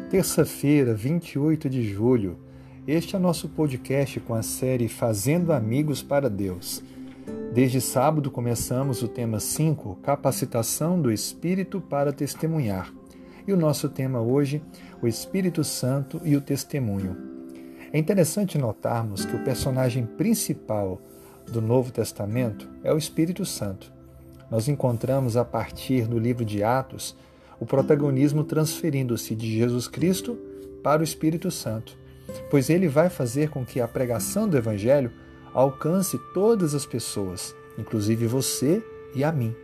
Terça-feira, 28 de julho. Este é nosso podcast com a série Fazendo Amigos para Deus. Desde sábado começamos o tema 5, Capacitação do Espírito para Testemunhar. E o nosso tema hoje, o Espírito Santo e o Testemunho. É interessante notarmos que o personagem principal do Novo Testamento é o Espírito Santo. Nós encontramos a partir do livro de Atos o protagonismo transferindo-se de Jesus Cristo para o Espírito Santo, pois ele vai fazer com que a pregação do Evangelho alcance todas as pessoas, inclusive você e a mim.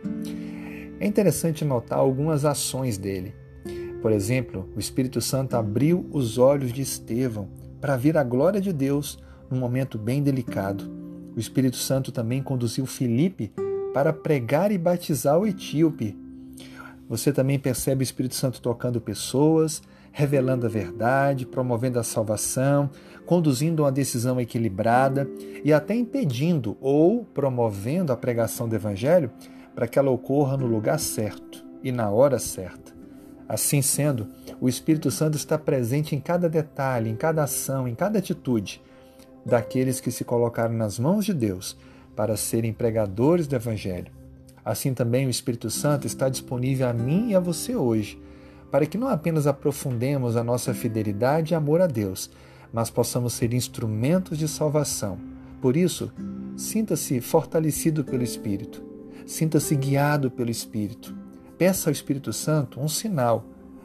É interessante notar algumas ações dele. Por exemplo, o Espírito Santo abriu os olhos de Estevão para ver a glória de Deus num momento bem delicado. O Espírito Santo também conduziu Filipe para pregar e batizar o etíope. Você também percebe o Espírito Santo tocando pessoas, revelando a verdade, promovendo a salvação, conduzindo uma decisão equilibrada e até impedindo ou promovendo a pregação do Evangelho para que ela ocorra no lugar certo e na hora certa. Assim sendo, o Espírito Santo está presente em cada detalhe, em cada ação, em cada atitude daqueles que se colocaram nas mãos de Deus para serem pregadores do Evangelho. Assim também o Espírito Santo está disponível a mim e a você hoje, para que não apenas aprofundemos a nossa fidelidade e amor a Deus, mas possamos ser instrumentos de salvação. Por isso, sinta-se fortalecido pelo Espírito, sinta-se guiado pelo Espírito. Peça ao Espírito Santo um sinal,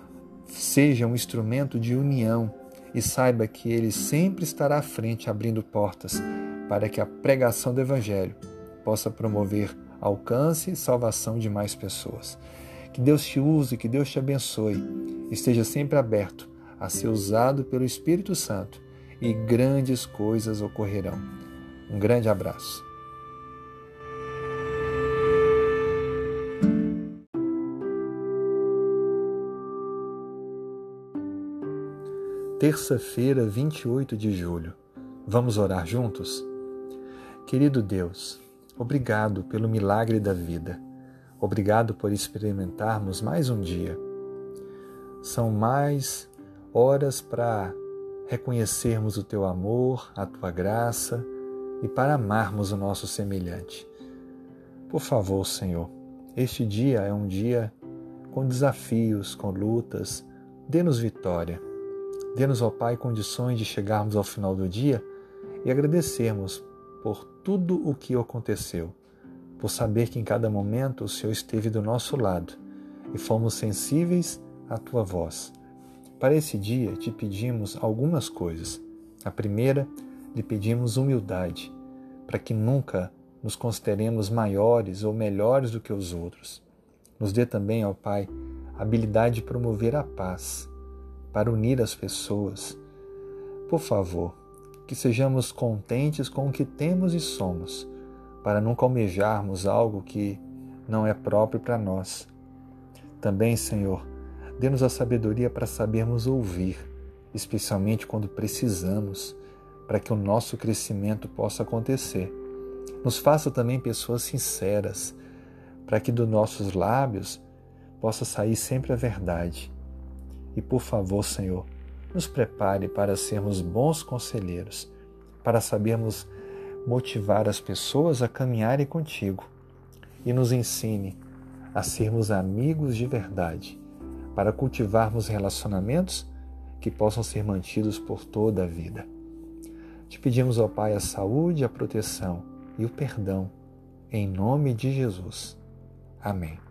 seja um instrumento de união e saiba que ele sempre estará à frente abrindo portas para que a pregação do Evangelho possa promover alcance e salvação de mais pessoas. Que Deus te use, que Deus te abençoe. Esteja sempre aberto a ser usado pelo Espírito Santo e grandes coisas ocorrerão. Um grande abraço. Terça-feira, 28 de julho. Vamos orar juntos? Querido Deus, obrigado pelo milagre da vida. Obrigado por experimentarmos mais um dia. São mais horas para reconhecermos o Teu amor, a Tua graça e para amarmos o nosso semelhante. Por favor, Senhor, este dia é um dia com desafios, com lutas. Dê-nos vitória. Dê-nos, ó Pai, condições de chegarmos ao final do dia e agradecermos por tudo o que aconteceu, por saber que em cada momento o Senhor esteve do nosso lado e fomos sensíveis à Tua voz. Para esse dia, te pedimos algumas coisas. A primeira, lhe pedimos humildade, para que nunca nos consideremos maiores ou melhores do que os outros. Nos dê também, ó Pai, a habilidade de promover a paz, para unir as pessoas. Por favor, que sejamos contentes com o que temos e somos, para nunca almejarmos algo que não é próprio para nós. Também, Senhor, dê-nos a sabedoria para sabermos ouvir, especialmente quando precisamos, para que o nosso crescimento possa acontecer. Nos faça também pessoas sinceras, para que dos nossos lábios possa sair sempre a verdade. E, por favor, Senhor, nos prepare para sermos bons conselheiros, para sabermos motivar as pessoas a caminharem contigo e nos ensine a sermos amigos de verdade, para cultivarmos relacionamentos que possam ser mantidos por toda a vida. Te pedimos, ó Pai, a saúde, a proteção e o perdão, em nome de Jesus. Amém.